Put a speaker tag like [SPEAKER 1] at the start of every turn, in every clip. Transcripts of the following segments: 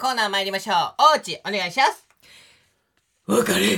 [SPEAKER 1] コーナー参りましょう。おうちお願いします。
[SPEAKER 2] 別れ。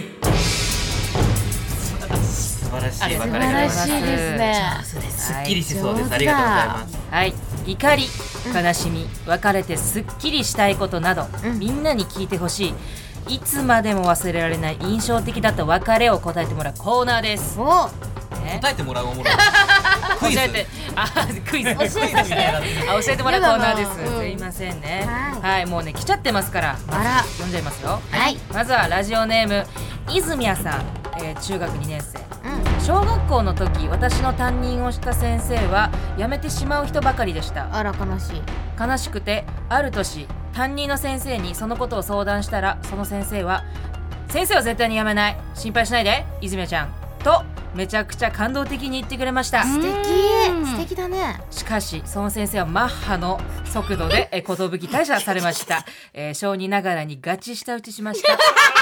[SPEAKER 1] 素晴らしい別れでございます。
[SPEAKER 3] 素晴らしいですね。
[SPEAKER 1] すっきりしそうです。ありがとうございます。
[SPEAKER 2] はい、怒り、悲しみ、別れてすっきりしたいことなど、みんなに聞いてほしい、いつまでも忘れられない印象的だった別れを答えてもらうコーナーです。
[SPEAKER 3] お、
[SPEAKER 1] 答えてもらうおもろい。クイズ。
[SPEAKER 2] クイズ
[SPEAKER 3] 教えさせて。
[SPEAKER 2] 教えてもらうコーナーです。
[SPEAKER 3] やだな。
[SPEAKER 2] すいませんね。
[SPEAKER 3] は
[SPEAKER 2] はい、もうね来ちゃってますから、
[SPEAKER 3] あら
[SPEAKER 2] 読んじゃいますよ。
[SPEAKER 3] はい。
[SPEAKER 2] まずはラジオネーム泉谷さん、中学2年生。小学校の時、私の担任をした先生は辞めてしまう人ばかりでした。
[SPEAKER 3] あら悲しい。
[SPEAKER 2] 悲しくて、ある年担任の先生にそのことを相談したら、その先生は絶対に辞めない、心配しないで泉谷ちゃんとめちゃくちゃ感動的に言ってくれました。
[SPEAKER 3] 素敵だね。
[SPEAKER 2] しかしその先生はマッハの速度で寿退社されました。小児ながらにガチ舌打ちしました。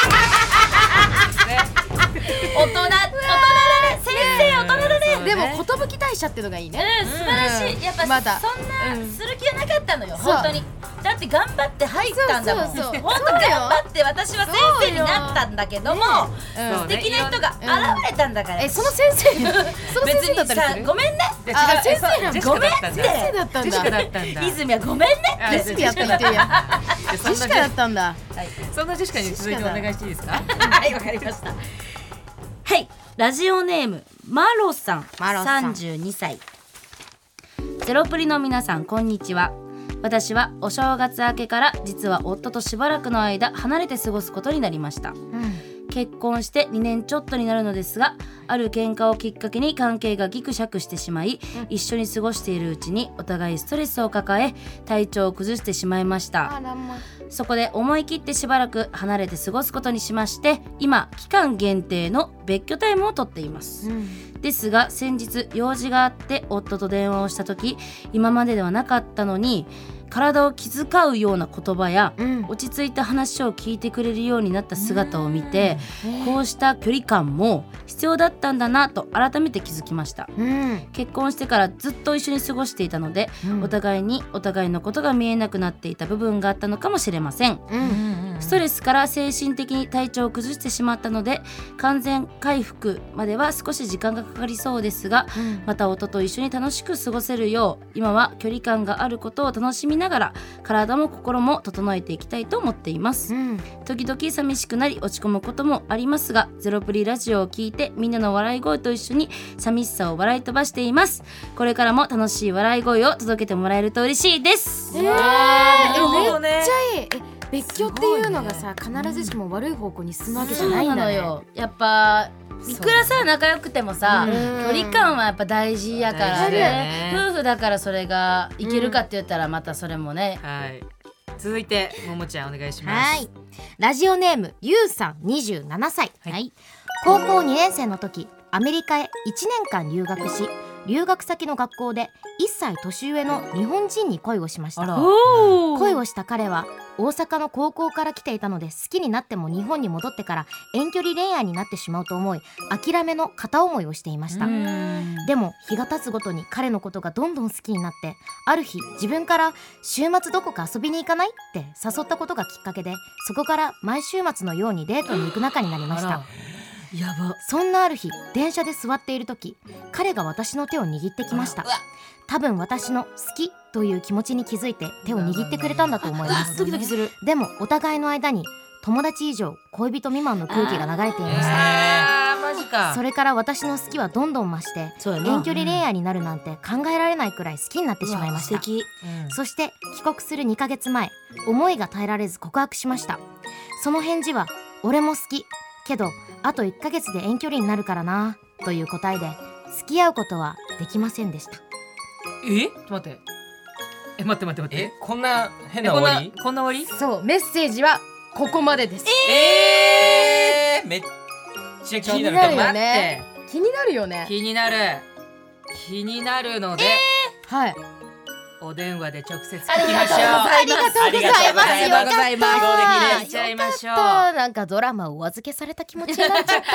[SPEAKER 4] 大人だね、先生大人だね。
[SPEAKER 3] でも寿退社ってのがいいね。
[SPEAKER 4] 素晴らしい。やっぱそんなする気はなかったのよ、本当に。だって頑張って入ったんだもん。本当頑張って私は先生になったんだけども、素敵な人が現れたんだから。
[SPEAKER 3] その先生だったりする？
[SPEAKER 4] ごめんね。
[SPEAKER 3] 先生なんだ。
[SPEAKER 2] ごめんって。
[SPEAKER 3] 先生だったんだ。
[SPEAKER 4] 泉はごめんねって。
[SPEAKER 3] 泉やったってや。ジェシカだったんだ。
[SPEAKER 2] そんなジェシカに続いてお願いしていいですか？
[SPEAKER 4] はい、わかりました。はい、ラジオネームマロさん、32歳。ゼロプリの皆さん、こんにちは。私はお正月明けから実は夫としばらくの間離れて過ごすことになりました。結婚して2年ちょっとになるのですが、ある喧嘩をきっかけに関係がギクシャクしてしまい、一緒に過ごしているうちにお互いストレスを抱え、体調を崩してしまいました。そこで思い切ってしばらく離れて過ごすことにしまして、今期間限定の別居タイムをとっています。ですが先日用事があって夫と電話をした時、今までではなかったのに体を気遣うような言葉や、落ち着いた話を聞いてくれるようになった姿を見て、こうした距離感も必要だったんだなと改めて気づきました。結婚してからずっと一緒に過ごしていたので、お互いにお互いのことが見えなくなっていた部分があったのかもしれません。ストレスから精神的に体調を崩してしまったので、完全回復までは少し時間がかかりそうですが、また夫と一緒に楽しく過ごせるよう、今は距離感があることを楽しみながら体も心も整えていきたいと思っています。時々寂しくなり落ち込むこともありますが、ゼロプリラジオを聞いてみんなの笑い声と一緒に寂しさを笑い飛ばしています。これからも楽しい笑い声を届けてもらえると嬉しいです。
[SPEAKER 3] めっちゃいい。別居っていうのがさ、必ずしも悪い方向に進むわけじゃないんだね。
[SPEAKER 4] そうなのよ。やっぱいくらさ仲良くてもさ、距離感はやっぱ大事やからね。夫婦だからそれがいけるかって言ったらまたそれもね。
[SPEAKER 2] はい。続いてももちゃんお願いします。
[SPEAKER 3] はい。ラジオネームゆうさん、27歳。はい。高校2年生の時、アメリカへ1年間留学し、留学先の学校で1歳年上の日本人に恋をしました。恋をした彼は大阪の高校から来ていたので、好きになっても日本に戻ってから遠距離恋愛になってしまうと思い、諦めの片思いをしていました。でも日が経つごとに彼のことがどんどん好きになって、ある日自分から週末どこか遊びに行かないって誘ったことがきっかけで、そこから毎週末のようにデートに行く仲になりました。
[SPEAKER 4] やば。
[SPEAKER 3] そんなある日、電車で座っている時、彼が私の手を握ってきました。多分私の好きという気持ちに気づいて手を握ってくれたんだと思います。
[SPEAKER 4] ドキドキする。
[SPEAKER 3] でもお互いの間に友達以上恋人未満の空気が流れていました。
[SPEAKER 2] マジか。
[SPEAKER 3] それから私の好きはどんどん増して、遠距離恋愛になるなんて考えられないくらい好きになってしまいました。そして帰国する2ヶ月前、思いが耐えられず告白しました。その返事は、俺も好きけどあと1ヶ月で遠距離になるからなという答えで、付き合うことはできませんでした。
[SPEAKER 2] 待って。
[SPEAKER 1] こんな変な終わり？
[SPEAKER 2] こんな終わり？
[SPEAKER 3] そう、メッセージはここまでです。
[SPEAKER 1] めっちゃ気になる。
[SPEAKER 3] よね。気になるよね。
[SPEAKER 2] 気になるので、
[SPEAKER 3] はい。
[SPEAKER 2] お電話で直接聞き
[SPEAKER 4] ありがとう
[SPEAKER 2] ましょう。
[SPEAKER 3] ありがとうございます。
[SPEAKER 1] ありがとうございます。
[SPEAKER 3] よかった。
[SPEAKER 2] 聞いちゃいましょう。
[SPEAKER 3] なんかドラマをお預けされた気持ちになっちゃった。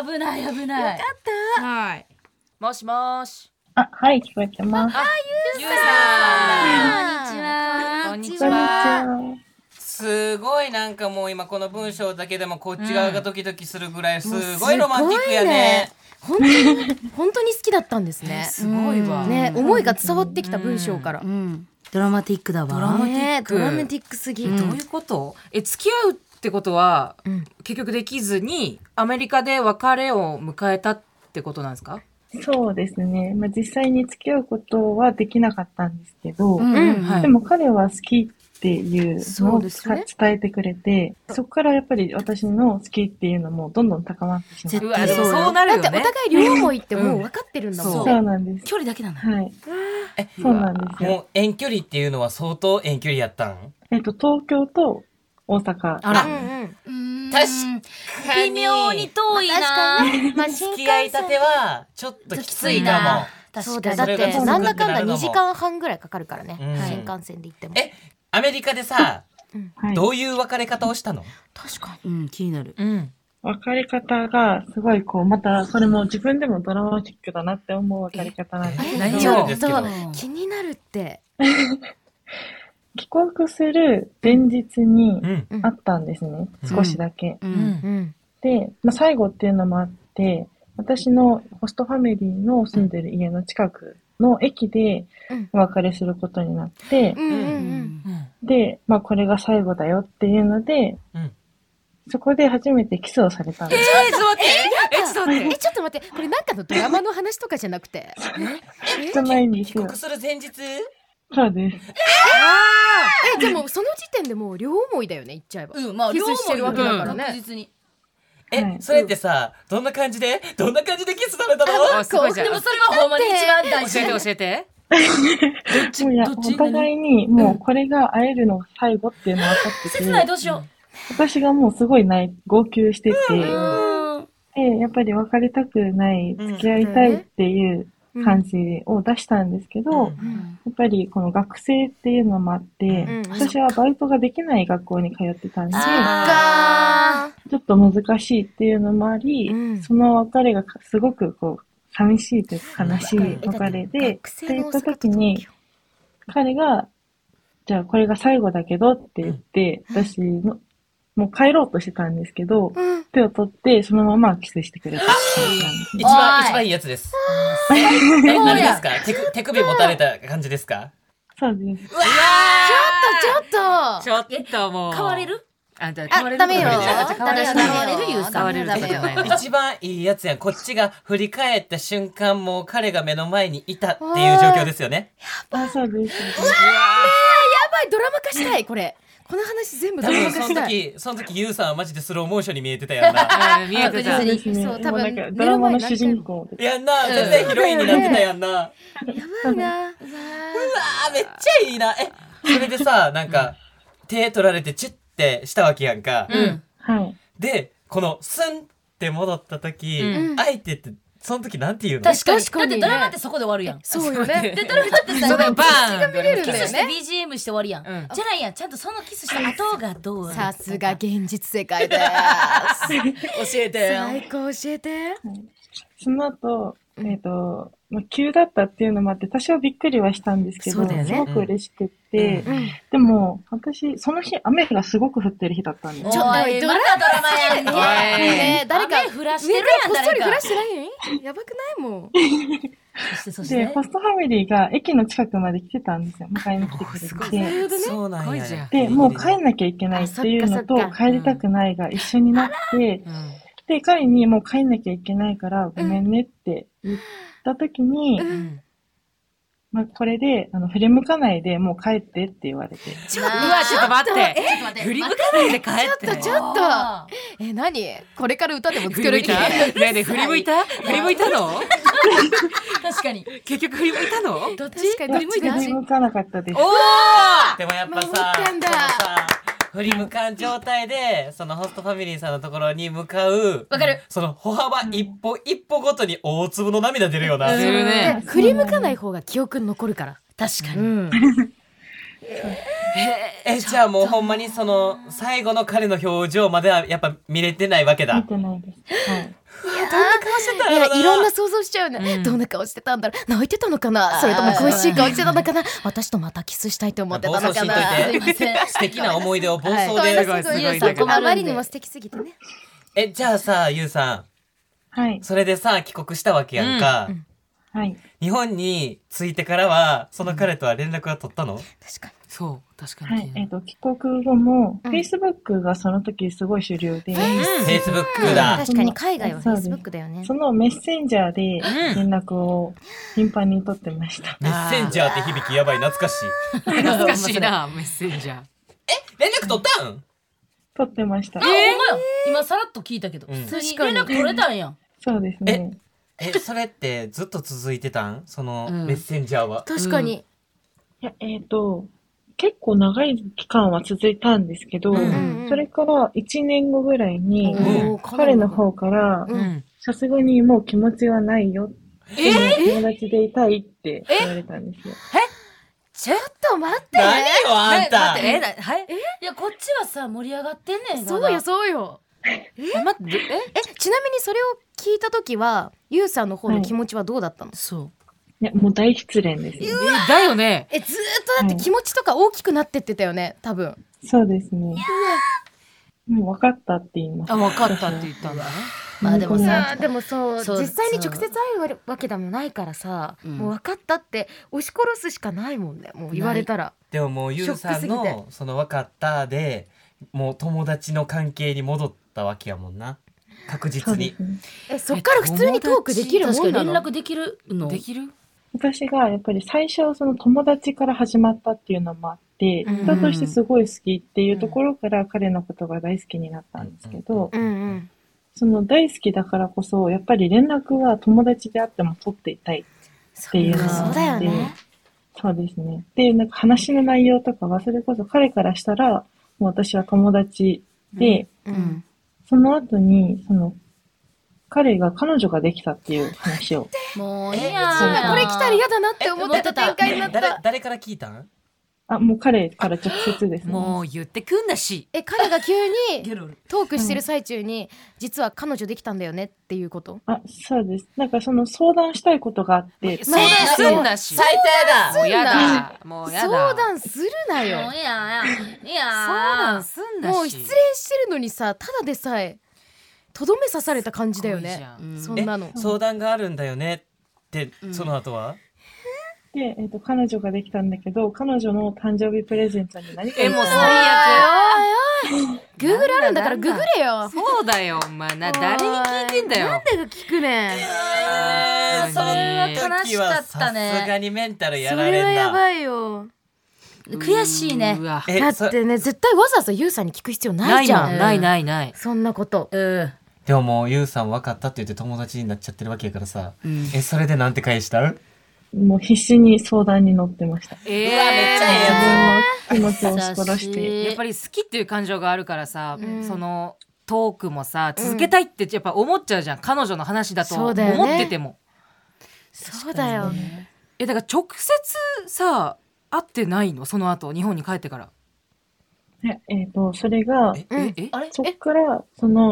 [SPEAKER 4] 危ない。
[SPEAKER 3] よかった。
[SPEAKER 2] はい。もしもし。
[SPEAKER 5] はい、聞こえてます。
[SPEAKER 2] ゆうさん。
[SPEAKER 4] こんにちは。
[SPEAKER 2] こんにちは。
[SPEAKER 1] すごいなんかもう今この文章だけでもこっち側がドキドキするぐらいすごいロマンティックやね。
[SPEAKER 3] 本当に本当に好きだったんですね。
[SPEAKER 2] すごいわ。
[SPEAKER 3] ね、思いが伝わってきた文章から。
[SPEAKER 4] ドラマティックだわ。
[SPEAKER 2] ドラマティック
[SPEAKER 3] ドラマティックすぎ。
[SPEAKER 2] どういうこと？付き合うってことは、結局できずにアメリカで別れを迎えたってことなんですか？
[SPEAKER 5] そうですね。実際に付き合うことはできなかったんですけど、
[SPEAKER 2] はい
[SPEAKER 5] でも彼は好きっていうのを
[SPEAKER 3] そうですね
[SPEAKER 5] 伝えてくれて、そこからやっぱり私の好きっていうのもどんどん高まってしまって。
[SPEAKER 2] うわでもそうなるよね。
[SPEAKER 3] だってお互い両思いってもう分かってるんだもん。
[SPEAKER 5] そうなんです。
[SPEAKER 4] 距離だけなの。
[SPEAKER 5] はい。そうなんですよ。
[SPEAKER 1] もう遠距離っていうのは相当遠距離やったん？
[SPEAKER 5] 東京と大阪。
[SPEAKER 2] あら、
[SPEAKER 1] 確かに
[SPEAKER 4] 微妙に遠いな。
[SPEAKER 3] 確かに。まあ
[SPEAKER 1] 付き合いたてはちょっときついかも。
[SPEAKER 3] そうだよ。だっ
[SPEAKER 1] それが続く
[SPEAKER 3] てなんだかんだ
[SPEAKER 1] ってなるのも
[SPEAKER 3] 2時間半ぐらいかかるからね。
[SPEAKER 1] うん
[SPEAKER 3] 新幹線で行っても。
[SPEAKER 1] アメリカでさ、
[SPEAKER 5] はい。
[SPEAKER 1] どういう別れ方をしたの？
[SPEAKER 3] 確か
[SPEAKER 4] 気になる。
[SPEAKER 5] 別れ方がすごいまたそれも自分でもドラマチックだなって思う別れ方なんですけど、
[SPEAKER 2] 何
[SPEAKER 3] に。ちょっ
[SPEAKER 1] そうですけど
[SPEAKER 3] と気になるって。
[SPEAKER 5] 帰国する前日に
[SPEAKER 1] うん。
[SPEAKER 5] あったんですね。少しだけ。
[SPEAKER 3] うん。
[SPEAKER 5] で、最後っていうのもあって、私のホストファミリーの住んでる家の近くの駅でお別れすることになって、で、これが最後だよっていうので、
[SPEAKER 1] うん
[SPEAKER 5] そこで初めてキスをされたんです。
[SPEAKER 2] ちょっと待って。
[SPEAKER 3] ちょっと待って。これなんかのドラマの話とかじゃなくて。
[SPEAKER 5] じゃないんですよ。
[SPEAKER 1] 帰国する前日？
[SPEAKER 5] そうです。
[SPEAKER 3] でもその時点でもう両思いだよね、言っちゃえば。
[SPEAKER 4] まあ
[SPEAKER 3] キスしてるわけだからね
[SPEAKER 4] 確実に。
[SPEAKER 5] はい
[SPEAKER 1] それってさ、どんな感じでキスされたの？
[SPEAKER 2] あすごいじゃん。
[SPEAKER 4] でもそれはほんまに一番大事。
[SPEAKER 2] 教えて。
[SPEAKER 5] いや、お互いにもうこれが会えるのが最後っていうのは分かってて、
[SPEAKER 4] 切ないどうしよ
[SPEAKER 5] 私がもうすごい号泣してて、
[SPEAKER 4] う。
[SPEAKER 5] で、やっぱり別れたくない、付き合いたいっていう感じを出したんですけど、やっぱりこの学生っていうのもあって、私はバイトができない学校に通ってたんで、ちょっと難しいっていうのもあり、その別れがすごく寂しいというか悲しい別れで、って言った時に、彼が、じゃあこれが最後だけどって言って、私の、もう帰ろうとしてたんですけど、手を取ってそのままキスしてくれたって感じなんですね。
[SPEAKER 1] 一番いいやつです。何ですか？手首持たれた感じですか？
[SPEAKER 5] そうです。
[SPEAKER 3] ちょっと
[SPEAKER 2] もう。
[SPEAKER 4] 変われる？
[SPEAKER 3] ダメよ。
[SPEAKER 2] 変われる
[SPEAKER 4] ユウさん。
[SPEAKER 2] 変われるとかじゃないの。
[SPEAKER 1] 一番いいやつやん。こっちが振り返った瞬間もう彼が目の前にいたっていう状況ですよね。
[SPEAKER 5] そうです。
[SPEAKER 3] やばい、ドラマ化したい、これ。この話全部ド
[SPEAKER 1] 多
[SPEAKER 3] ラマ
[SPEAKER 1] 分
[SPEAKER 3] 化したい。
[SPEAKER 1] その時ユウさんはマジでスローモーションに見えてたやんな。
[SPEAKER 2] 見えてた。
[SPEAKER 3] 確実に
[SPEAKER 5] ですね。
[SPEAKER 3] そう多分
[SPEAKER 5] もうなんかドラマの主人公で。
[SPEAKER 1] やんな、絶対ヒロインになってたやんな。
[SPEAKER 3] やばいな。
[SPEAKER 1] あーめっちゃいいな。それでさ、なんか手取られてチュッてしたわけやんか。
[SPEAKER 5] はい。
[SPEAKER 1] で、このスンって戻った時、相手ってその時なんて言うの？
[SPEAKER 4] 確かに。
[SPEAKER 3] 確かにね
[SPEAKER 4] だってドラマってそこで終わるやん。
[SPEAKER 3] そうよね。
[SPEAKER 4] でドラマってさ、
[SPEAKER 2] そうだよバーン
[SPEAKER 3] が見れるん
[SPEAKER 4] キスして
[SPEAKER 3] だよね。
[SPEAKER 4] BGM して終わりやん。
[SPEAKER 2] うん
[SPEAKER 4] じゃないやん。ちゃんとそのキスした後がどう？
[SPEAKER 3] さすが現実世界です。
[SPEAKER 4] 教えて。
[SPEAKER 3] 最高教えて。
[SPEAKER 5] その後、急だったっていうのもあって多少びっくりはしたんですけど、
[SPEAKER 2] そうだよね
[SPEAKER 5] すごく嬉しくって、でも私その日雨がすごく降ってる日だったんですよ。
[SPEAKER 4] おい、またドラマやんけ。
[SPEAKER 3] ねえ誰か
[SPEAKER 4] 雨降らしてるやん、
[SPEAKER 3] こっそり
[SPEAKER 4] 誰か。
[SPEAKER 3] 降らしてないやばくないもん。
[SPEAKER 5] で、
[SPEAKER 4] そして。
[SPEAKER 5] ホストファミリーが駅の近くまで来てたんですよ。迎えに来てくれて。
[SPEAKER 1] そうなんや。
[SPEAKER 5] で、もう帰んなきゃいけないっていうのと
[SPEAKER 3] あそっかそっか
[SPEAKER 5] 帰りたくないが一緒になって、で、彼にもう帰んなきゃいけないからごめんねって言った時に、これで、振り向かないでもう帰ってって言われて。
[SPEAKER 2] ちょっと待って。
[SPEAKER 4] ちょっと待って。
[SPEAKER 2] 振り向かないで帰って。
[SPEAKER 3] ちょっと何これから歌でも作る気？
[SPEAKER 2] 振り向いた？ねえねえ振り向いた？振り向いたの？
[SPEAKER 4] 確かに。
[SPEAKER 2] 結局振り向いたの？
[SPEAKER 3] どっち？確かにどっち
[SPEAKER 5] 振り向かなかったです。
[SPEAKER 2] おー！
[SPEAKER 1] でもやっぱさ、
[SPEAKER 3] 守ってんだ
[SPEAKER 1] そのさ振り向かん状態でそのホストファミリーさんのところに向かう、
[SPEAKER 4] わかる。
[SPEAKER 1] その歩幅一歩一歩ごとに大粒の涙出るよな。
[SPEAKER 2] するね。
[SPEAKER 3] 振り向かない方が記憶に残るから。
[SPEAKER 4] 確かに。
[SPEAKER 1] じゃあもうほんまにその最後の彼の表情まではやっぱ見れてないわけだ
[SPEAKER 5] 見。てないです。はい。
[SPEAKER 3] いや、いろんな想像しちゃうね。どんな顔してたんだろう。泣いてたのかな、それとも恋しい顔してたのかな、私とまたキスしたいと思ってたのかな。
[SPEAKER 1] 暴走しといて素敵な思い出を暴走で。
[SPEAKER 3] あまりにも素敵すぎてね。
[SPEAKER 1] じゃあさ、ゆうさん。
[SPEAKER 5] はい。
[SPEAKER 1] それでさ、帰国したわけやんか。
[SPEAKER 5] はい。
[SPEAKER 1] 日本に着いてからは、その彼とは連絡は取ったの？
[SPEAKER 3] 確かに。
[SPEAKER 2] そう、確かに。
[SPEAKER 5] はい。帰国後も、Facebook がその時すごい主流で。
[SPEAKER 1] Facebook だ。
[SPEAKER 3] 確かに海外は Facebook だよね。
[SPEAKER 5] そのメッセンジャーで連絡を頻繁に取ってました。
[SPEAKER 1] メッセンジャーって響きやばい、懐かしい。
[SPEAKER 2] 懐かしいな、メッセンジャー。
[SPEAKER 1] 連絡取ったん？
[SPEAKER 5] 取ってました。
[SPEAKER 4] ほんまや。今さらっと聞いたけど、普通に連絡取れたんやん。
[SPEAKER 5] そうですね。
[SPEAKER 1] それってずっと続いてたん？そのメッセンジャーは。
[SPEAKER 3] 確かに。
[SPEAKER 5] いや、結構長い期間は続いたんですけど、それから1年後ぐらいに、彼の方から、さすがにもう気持ちはないよ。友達でいたいって言われたんですよ。
[SPEAKER 3] ちょっと待って。
[SPEAKER 1] 何よ、あんた。
[SPEAKER 4] はい。いや、こっちはさ、盛り上がってんねん。
[SPEAKER 3] そうよ、そうよ。
[SPEAKER 2] 待って、
[SPEAKER 3] ちなみにそれを聞いたときは、ゆうさんの方の気持ちはどうだったの？
[SPEAKER 2] そう。
[SPEAKER 5] いや、もう大失恋ですよ。
[SPEAKER 2] だよね。
[SPEAKER 3] ずーっとだって気持ちとか大きくなってってたよね、多分。
[SPEAKER 5] そうですね。もう分かったって言いました。
[SPEAKER 2] 分かったって言ったんだね。
[SPEAKER 3] まあでもさ、実際に直接会うわけでもないからさ、もう分かったって押し殺すしかないもんね、もう言われたら。
[SPEAKER 1] でももうゆうさんのその分かったで、もう友達の関係に戻ったわけやもんな。確実に。
[SPEAKER 3] そっから普通にトークできるもんなの？
[SPEAKER 4] 連絡できるの？
[SPEAKER 2] できる？
[SPEAKER 5] 私がやっぱり最初その友達から始まったっていうのもあって、人としてすごい好きっていうところから彼のことが大好きになったんですけど、その大好きだからこそやっぱり連絡は友達であっても取っていたいっていうのがあって、そうですね。で、なんか話の内容とかはそれこそ彼からしたらもう私は友達で、その後に彼が彼女ができたっていう話を。
[SPEAKER 4] もういいや
[SPEAKER 3] これ来たら嫌だなって思ってた展開になった。
[SPEAKER 1] 誰から聞いたん？
[SPEAKER 5] もう彼から直接ですね。
[SPEAKER 2] もう言ってくんだし。
[SPEAKER 3] 彼が急にトークしてる最中に、実は彼女できたんだよねっていうこと？
[SPEAKER 5] そうです。なんかその相談したいことがあって。
[SPEAKER 2] 相談すんだし。
[SPEAKER 1] 最低だ。
[SPEAKER 2] もうやだ。もうやだ。
[SPEAKER 3] 相談するなよ。
[SPEAKER 4] もういや
[SPEAKER 3] 相談すんだし。もう失恋してるのにさ、ただでさえとどめ刺された感じだよね。そんなの。
[SPEAKER 1] 相談があるんだよねって、その後は？
[SPEAKER 5] で、彼女ができたんだけど、彼女の誕生日プレゼントに何か
[SPEAKER 2] もう最
[SPEAKER 3] 悪。グーグルあるんだからググれよ。
[SPEAKER 2] そうだよ、お前誰に聞いてんだよ。
[SPEAKER 3] なんで聞くねん。
[SPEAKER 4] それは悲しかったね。
[SPEAKER 1] さすがにメンタルやられんな。
[SPEAKER 3] それはやばいよ。
[SPEAKER 4] 悔しいね。
[SPEAKER 3] だってね、絶対わざわざゆうさんに聞く必要ないじゃん。
[SPEAKER 2] ない。
[SPEAKER 3] そんなこと。
[SPEAKER 1] でももうゆうさん分かったって言って友達になっちゃってるわけやからさ。それでなんて返した？
[SPEAKER 5] もう必死に相談に乗ってました。
[SPEAKER 1] めっちゃ
[SPEAKER 5] 自分の気持ちを押し殺して。
[SPEAKER 2] やっぱり好きっていう感情があるからさ、そのトークもさ続けたいってやっぱ思っちゃうじゃん、彼女の話だと思ってても。
[SPEAKER 3] そうだよ。
[SPEAKER 2] だから直接さ会ってないの？その後日本に帰ってから。
[SPEAKER 5] それがそっから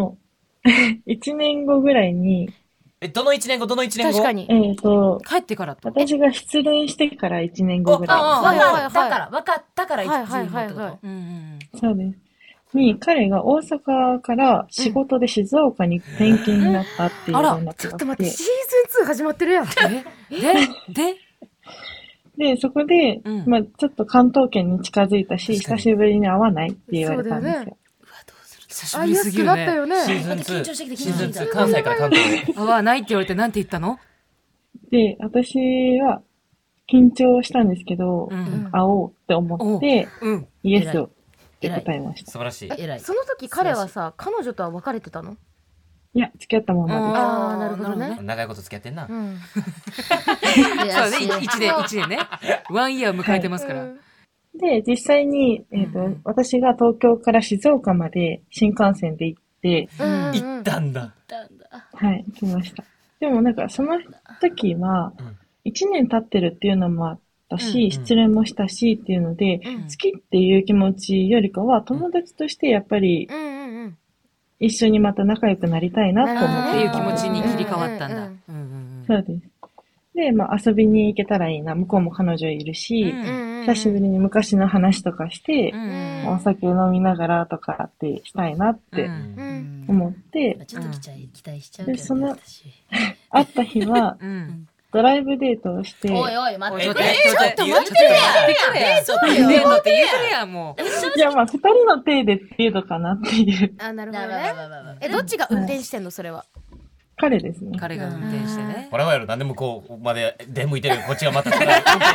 [SPEAKER 5] 1年後ぐらいに。
[SPEAKER 1] どの1年後？
[SPEAKER 3] 確かに。
[SPEAKER 2] 帰ってからと。
[SPEAKER 5] 私が失恋してから1年後ぐらい。
[SPEAKER 4] だから分かったから1年後ってこと。
[SPEAKER 5] そうです。彼が大阪から仕事で静岡に転勤になったっていう連絡があって。
[SPEAKER 3] ちょっと待って、シーズン2始まってるやん。
[SPEAKER 5] で、そこで、ちょっと関東圏に近づいたし、久しぶりに会わないって言われたんですよ。
[SPEAKER 2] 久しぶりすぎるね。
[SPEAKER 1] シーズン2。シーズン2。関西から関東へ。
[SPEAKER 2] 会わないって言われてなんて言ったの？
[SPEAKER 5] で、私は緊張したんですけど、会おうって思って、イエスをって答えました。
[SPEAKER 1] 素晴らしい。
[SPEAKER 3] その時彼はさ、彼女とは別れてたの？
[SPEAKER 5] いや、付き合ったままです。
[SPEAKER 3] なるほどね。
[SPEAKER 1] 長いこと付き合ってんな。
[SPEAKER 2] そうね、1年ね。1イヤー迎えてますから。
[SPEAKER 5] で、実際に、私が東京から静岡まで新幹線で行って、
[SPEAKER 1] 行ったんだ。
[SPEAKER 5] はい、来ました。でもなんかその時は、1年経ってるっていうのもあったし、失恋もしたしっていうので、好きっていう気持ちよりかは、友達としてやっぱり、 一緒にまた仲良くなりたいなと思って
[SPEAKER 2] っていう気持ちに切り替わったんだ。
[SPEAKER 5] そうです。で、遊びに行けたらいいな。向こうも彼女いるし、久しぶりに昔の話とかして、お酒飲みながらとかってしたいなって思って、
[SPEAKER 4] ちょっと期待しちゃうけど、
[SPEAKER 5] で、その、会った日は、ドライブデートをして、
[SPEAKER 4] おいおい、待って。
[SPEAKER 2] ちょっと待ってや。そうよ。デートって言うてるやん、もう。
[SPEAKER 5] いや、二人の手でデートかなっていう。
[SPEAKER 3] なるほどね。どっちが運転してんの、それは。
[SPEAKER 5] 彼ですね。
[SPEAKER 2] 彼が運転してね。
[SPEAKER 1] これはやろ、なんで向こうまで出向いてるこっちがまた運転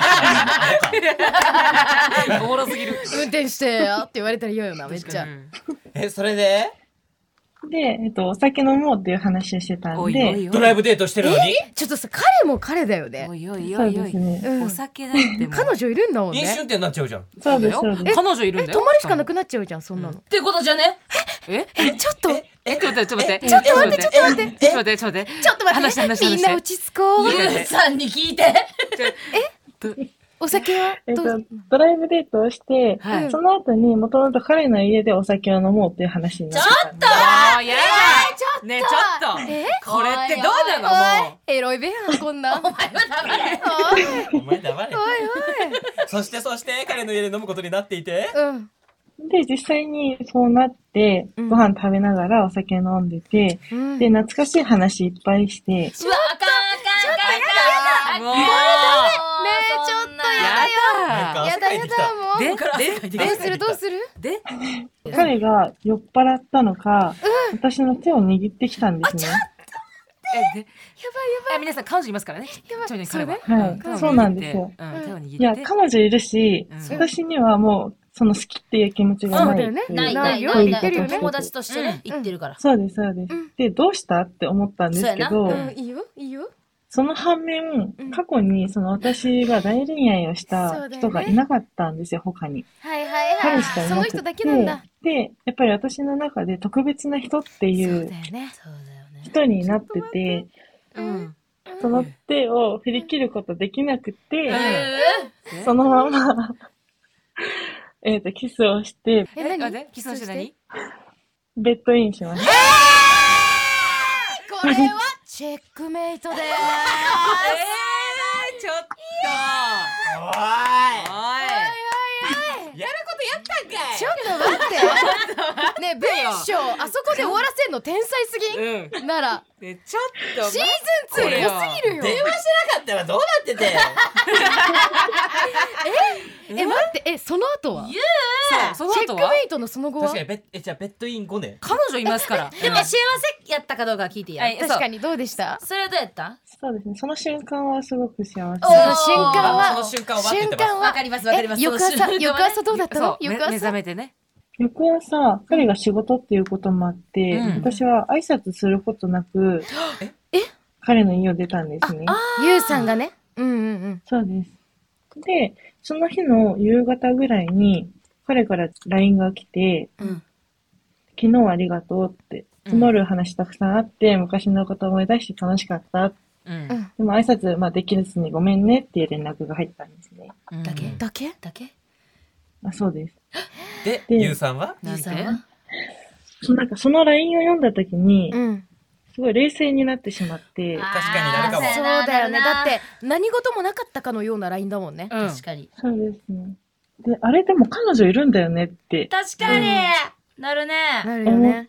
[SPEAKER 1] して
[SPEAKER 2] おもろすぎる。
[SPEAKER 3] 運転してよって言われたら嫌よな、めっちゃ。
[SPEAKER 1] それで
[SPEAKER 5] お酒飲もうっていう話をしてたんで、
[SPEAKER 1] ドライブデートしてるのに
[SPEAKER 3] ちょっとさ、彼も彼だよね。
[SPEAKER 2] おいおいおいおい。お酒だっても。
[SPEAKER 3] 彼女いるんだもんね。
[SPEAKER 1] 飲酒運転になっちゃうじゃん。
[SPEAKER 5] そうです、そうです。
[SPEAKER 2] 彼女いるんだよ。
[SPEAKER 3] 泊まるしかなくなっちゃうじゃん、そんなの。
[SPEAKER 4] ってことじゃね。
[SPEAKER 3] ちょっと。
[SPEAKER 2] ちょっと待って。
[SPEAKER 3] ちょっと待って。ちょっと待って。
[SPEAKER 2] ちょっと待って。
[SPEAKER 3] みんな落ち着こう。
[SPEAKER 4] ゆうさんに聞いて。
[SPEAKER 3] お酒は
[SPEAKER 5] ドライブデートをして、その後にもともと彼の家でお酒を飲もうっていう話になってた。
[SPEAKER 4] ちょっと
[SPEAKER 2] やだねえ、ちょっとこれってどうなのもう。
[SPEAKER 3] エロいべやん、こんな。お前は
[SPEAKER 1] 黙れ。お前黙れ。そして彼の家で飲むことになっていて。
[SPEAKER 5] で、実際にそうなって、ご飯食べながらお酒飲んでて、で、懐かしい話いっぱいして、
[SPEAKER 4] うわ、あかん。
[SPEAKER 2] もう。
[SPEAKER 3] ねえ、ちょっとやだもう。どうする
[SPEAKER 2] で
[SPEAKER 5] 彼が酔っ払ったのか、私の手を握ってきたんですね。
[SPEAKER 3] やばい。
[SPEAKER 2] 皆さん彼女いますからね。
[SPEAKER 5] はい、そうなんですよ。いや、彼女いるし、私にはもう、その好きっていう気持ちがない。
[SPEAKER 4] ない。友達としてね、言ってるから。
[SPEAKER 5] そうです。で、どうしたって思ったんですけど、
[SPEAKER 3] いいよ。
[SPEAKER 5] その反面、過去にその私が大恋愛をした人がいなかったんですよ、他に。彼しかいなくて。
[SPEAKER 3] その人だけなんだ。
[SPEAKER 5] で、やっぱり私の中で特別な人っていう人になってて、その手を振り切ることできなくて、そのままキスをして、
[SPEAKER 2] キスをして何？
[SPEAKER 5] ベッドインしました。
[SPEAKER 3] これはチェックメイトでーす。
[SPEAKER 2] ちょっとおいやることやったんかい。
[SPEAKER 3] ちょっと待ってねえ、文章あそこで終わらせんの天才すぎんなら
[SPEAKER 2] ちょっと
[SPEAKER 3] シーズン2濃すぎるよ。
[SPEAKER 1] 電話しなかったらどうなってて
[SPEAKER 3] 待って、その後は
[SPEAKER 2] その後は
[SPEAKER 3] チェックメイトのその後は
[SPEAKER 1] 確かにじゃあベッドイン後ね。
[SPEAKER 2] 彼女いますから。
[SPEAKER 4] でも幸せやったかどうか聞いてや。
[SPEAKER 3] 確かにどうでした？
[SPEAKER 4] それはどうやった？
[SPEAKER 5] そうですね、その瞬間はすごく幸せ。
[SPEAKER 3] その瞬間は
[SPEAKER 4] わかります。
[SPEAKER 3] 翌朝どうだったの？
[SPEAKER 2] 目覚めてね。
[SPEAKER 5] 翌朝、彼が仕事っていうこともあって、私は挨拶することなく、彼の家を出たんですね。
[SPEAKER 3] ゆうさんがね。
[SPEAKER 5] そうです。で、その日の夕方ぐらいに、彼から LINE が来て、昨日はありがとうって、積もる話たくさんあって、昔のこと思い出して楽しかった。でも挨拶、できずにごめんねっていう連絡が入ったんですね。
[SPEAKER 3] だけ
[SPEAKER 5] そうです。
[SPEAKER 1] で、ゆうさんは
[SPEAKER 5] その LINE を読んだ時に、すごい冷静になってしまって。
[SPEAKER 1] 確かになるかも。
[SPEAKER 3] そうだよね。だって何事もなかったかのような LINE だもんね。
[SPEAKER 4] 確かに。
[SPEAKER 5] そうですね。で、あれでも彼女いるんだよねって。
[SPEAKER 4] 確かになるね。
[SPEAKER 5] 思って、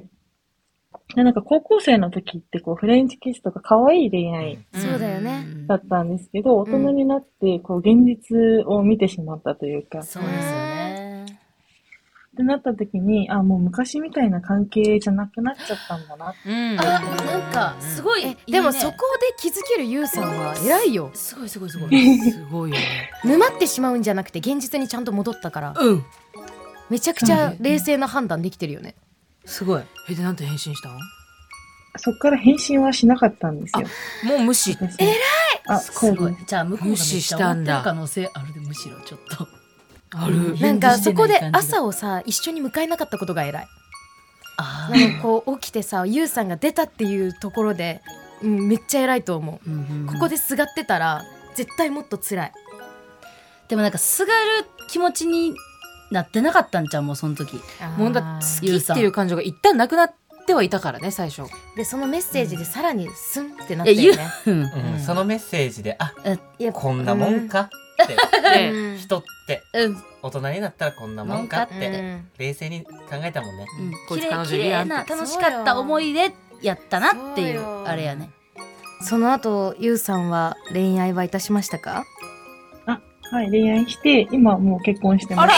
[SPEAKER 5] なんか高校生の時ってフレンチキスとか可愛い恋愛
[SPEAKER 3] そうだよね。
[SPEAKER 5] だったんですけど、大人になって現実を見てしまったというか。
[SPEAKER 4] そうですよね。
[SPEAKER 5] ってなった時に、もう昔みたいな関係じゃなくなっちゃったんだな。
[SPEAKER 4] なんかすごい。
[SPEAKER 3] でもそこで気づけるゆうさんは偉いよ。
[SPEAKER 4] すごい。
[SPEAKER 2] すごいよね。
[SPEAKER 3] 沼ってしまうんじゃなくて現実にちゃんと戻ったから。めちゃくちゃ冷静な判断できてるよね。
[SPEAKER 2] すごい。で、なんて返信したの？
[SPEAKER 5] そっから返信はしなかったんですよ。
[SPEAKER 2] もう無視。
[SPEAKER 3] 偉い。
[SPEAKER 4] すごい。じゃあ向こうが無視したんだ。可能性あるで、むしろちょっと
[SPEAKER 2] ある。
[SPEAKER 3] なんかそこで朝をさ一緒に迎えなかったことが偉い。なんか起きてさ、ゆうさんが出たっていうところで、めっちゃ偉いと思う。ここですがってたら絶対もっと辛い。
[SPEAKER 4] でもなんかすがる気持ちになってなかったんちゃう、もうその時。
[SPEAKER 2] もうだ好きっていう感情が一旦なくなってはいたからね最初
[SPEAKER 3] でそのメッセージでさらにスンってなったよね、
[SPEAKER 1] そのメッセージで
[SPEAKER 3] いや
[SPEAKER 1] こんなもんかって人って大人になったらこんなもんかって冷静に考えたもんね。
[SPEAKER 2] こいつ彼女
[SPEAKER 4] 綺
[SPEAKER 2] いるやん
[SPEAKER 4] 麗な楽しかった思い出やったなっていうあれやね。
[SPEAKER 3] その後ゆうさんは恋愛はいたしましたか？
[SPEAKER 5] はい、恋愛して、今もう結婚してます。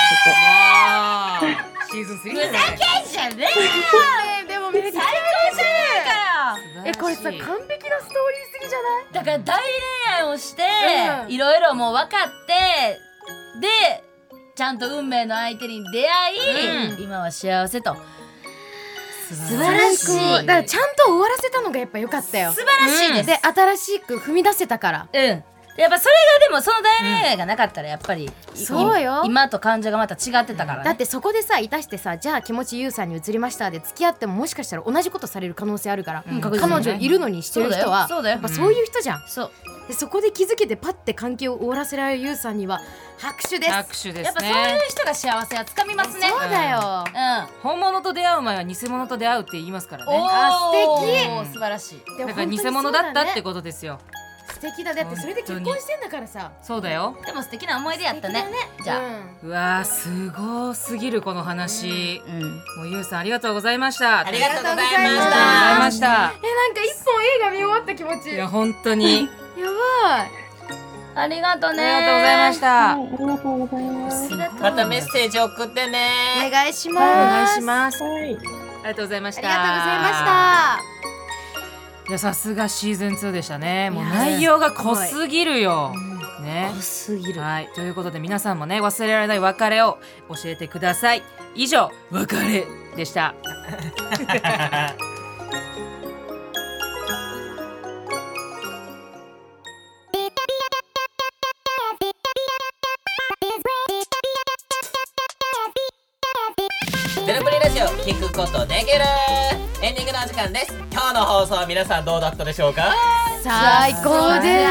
[SPEAKER 2] シーズン3
[SPEAKER 4] ふざけんじゃねえよ
[SPEAKER 3] でもめっちゃ
[SPEAKER 4] 最高じゃねえかよ。
[SPEAKER 3] これさ完璧なストーリーすぎじゃない？
[SPEAKER 4] だから大恋愛をしていろいろもう分かってでちゃんと運命の相手に出会い、今は幸せと。
[SPEAKER 3] 素晴らしい。だからちゃんと終わらせたのがやっぱ良かったよ。
[SPEAKER 4] 素晴らしいです。
[SPEAKER 3] で新しく踏み出せたから。
[SPEAKER 4] やっぱそれがでもその大恋愛がなかったらやっぱり、
[SPEAKER 3] そうよ。
[SPEAKER 4] 今と感情がまた違ってたからね。
[SPEAKER 3] だってそこでさいたしてさ、じゃあ気持ちゆうさんに移りましたで付き合ってももしかしたら同じことされる可能性あるから、彼女いるのにしてる人はやっぱそういう人じゃん。でそこで気づけてパッて関係を終わらせられるゆうさんには拍手です。
[SPEAKER 2] 拍手ですね。
[SPEAKER 4] やっぱそういう人が幸せはつかみますね。
[SPEAKER 3] そうだよ。
[SPEAKER 2] 本物と出会う前は偽物と出会うって言いますからね。
[SPEAKER 3] 素敵。
[SPEAKER 4] 素晴らしい。
[SPEAKER 2] だから偽物だったってことですよ。
[SPEAKER 3] 素敵だ。だってそれで結婚してんだからさ。
[SPEAKER 2] そうだよ。
[SPEAKER 4] でも素敵な思い出やったね。じゃあ、
[SPEAKER 2] うわーすごすぎるこの話。もうゆうさんありがとうございました。
[SPEAKER 1] ありがとうござい
[SPEAKER 2] ました。
[SPEAKER 3] なんか一本映画見終わった気持ち。
[SPEAKER 2] いや本当に。
[SPEAKER 3] やばい。
[SPEAKER 4] ありがとうね。
[SPEAKER 2] ありがとうございました。
[SPEAKER 5] ありがとうございます。
[SPEAKER 1] またメッセージ送ってね。
[SPEAKER 3] お願いします。
[SPEAKER 2] お願いします。
[SPEAKER 5] はい。
[SPEAKER 2] ありがとうございました。
[SPEAKER 3] ありがとうございました。
[SPEAKER 2] いやさすがシーズン2でしたね。もう内容が濃すぎるよ。ね。
[SPEAKER 3] 濃すぎる。
[SPEAKER 2] はい。ということで皆さんもね忘れられない別れを教えてください。以上別れでした。
[SPEAKER 1] ゼロプリラジオ聞くことできるエンディングのお時間です。今日の放送は皆さんどうだったでしょうか？
[SPEAKER 3] 最高です。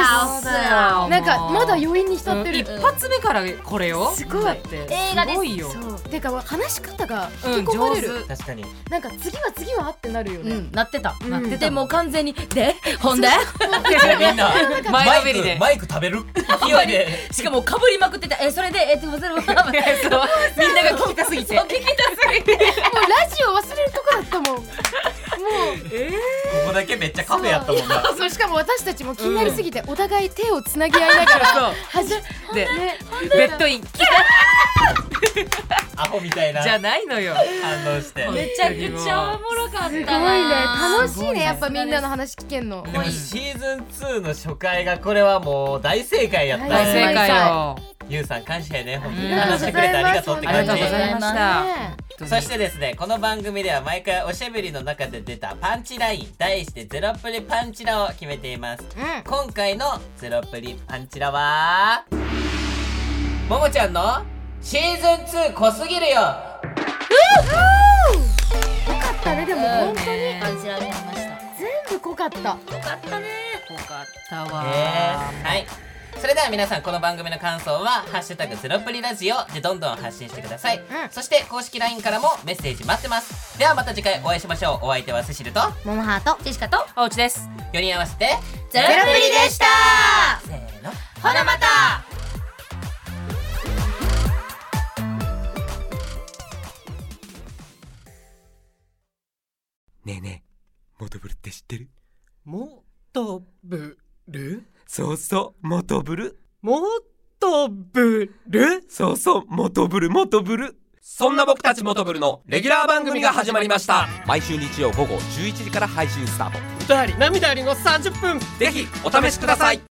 [SPEAKER 2] な
[SPEAKER 3] なんかまだ余韻に浸ってる。
[SPEAKER 2] 一発目からこれよ。
[SPEAKER 3] すごい。
[SPEAKER 4] 映画です。
[SPEAKER 2] すごいよ。
[SPEAKER 3] てか話し方が引き込まれる。
[SPEAKER 1] 確かに。
[SPEAKER 3] なんか次はってなるよね。
[SPEAKER 4] なってた。
[SPEAKER 2] なってた。
[SPEAKER 4] でもう完全にでほんで
[SPEAKER 1] みんな
[SPEAKER 2] 前のめりで
[SPEAKER 1] マイク食べる勢いで。
[SPEAKER 4] しかもかぶりまくってた。それでそれみんなが聞きたすぎて。聞きたすぎて。
[SPEAKER 3] もうラジオ忘れるとこだったもん。もう
[SPEAKER 1] ここだけめっちゃカフェやったもんな。
[SPEAKER 3] そうしかも私たちも気になりすぎてお互い手をつなぎ合いながら
[SPEAKER 2] でベッドイン
[SPEAKER 1] アホみたいな
[SPEAKER 2] じゃないのよ。
[SPEAKER 1] 反応して
[SPEAKER 4] めちゃくちゃおもろかったな。
[SPEAKER 3] すごいね。楽しいね。やっぱみんなの話聞けんの。
[SPEAKER 1] でもシーズン2の初回がこれはもう大正解やったね。
[SPEAKER 2] 大正解よ。
[SPEAKER 1] ゆうさん感謝やね。本当に話してくれてありがとうって感じ。
[SPEAKER 2] ありがとうございました。
[SPEAKER 1] そしてですね、この番組では毎回おしゃべりの中で出たパンチライン、題してゼロプリパンチラを決めています。今回のゼロプリパンチラはももちゃんのシーズン2濃すぎるよ。
[SPEAKER 3] よかったね。でも本当に
[SPEAKER 4] パンチラ見ました。
[SPEAKER 3] 全部濃かった。
[SPEAKER 4] よかったね。
[SPEAKER 2] よかったわ。
[SPEAKER 1] はい。それでは皆さんこの番組の感想はハッシュタグゼロプリラジオでどんどん発信してください。そして公式 LINE からもメッセージ待ってます。ではまた次回お会いしましょう。お相手はセシルと
[SPEAKER 3] モモハート
[SPEAKER 4] ジェシカと
[SPEAKER 2] おうちです。
[SPEAKER 1] 4人合わせて
[SPEAKER 4] ゼロプリでした。
[SPEAKER 1] せーの、
[SPEAKER 4] ほなまた。
[SPEAKER 6] ねえねえ、モトブルって知ってる？
[SPEAKER 7] モトブル？
[SPEAKER 6] そうそう、モトブル。
[SPEAKER 7] モトブル？
[SPEAKER 6] そうそう、モトブル。そんな僕たちモトブルのレギュラー番組が始まりました。毎週日曜午後11時から配信スタート。
[SPEAKER 7] 歌あり涙ありの30分。
[SPEAKER 6] ぜひお試しください。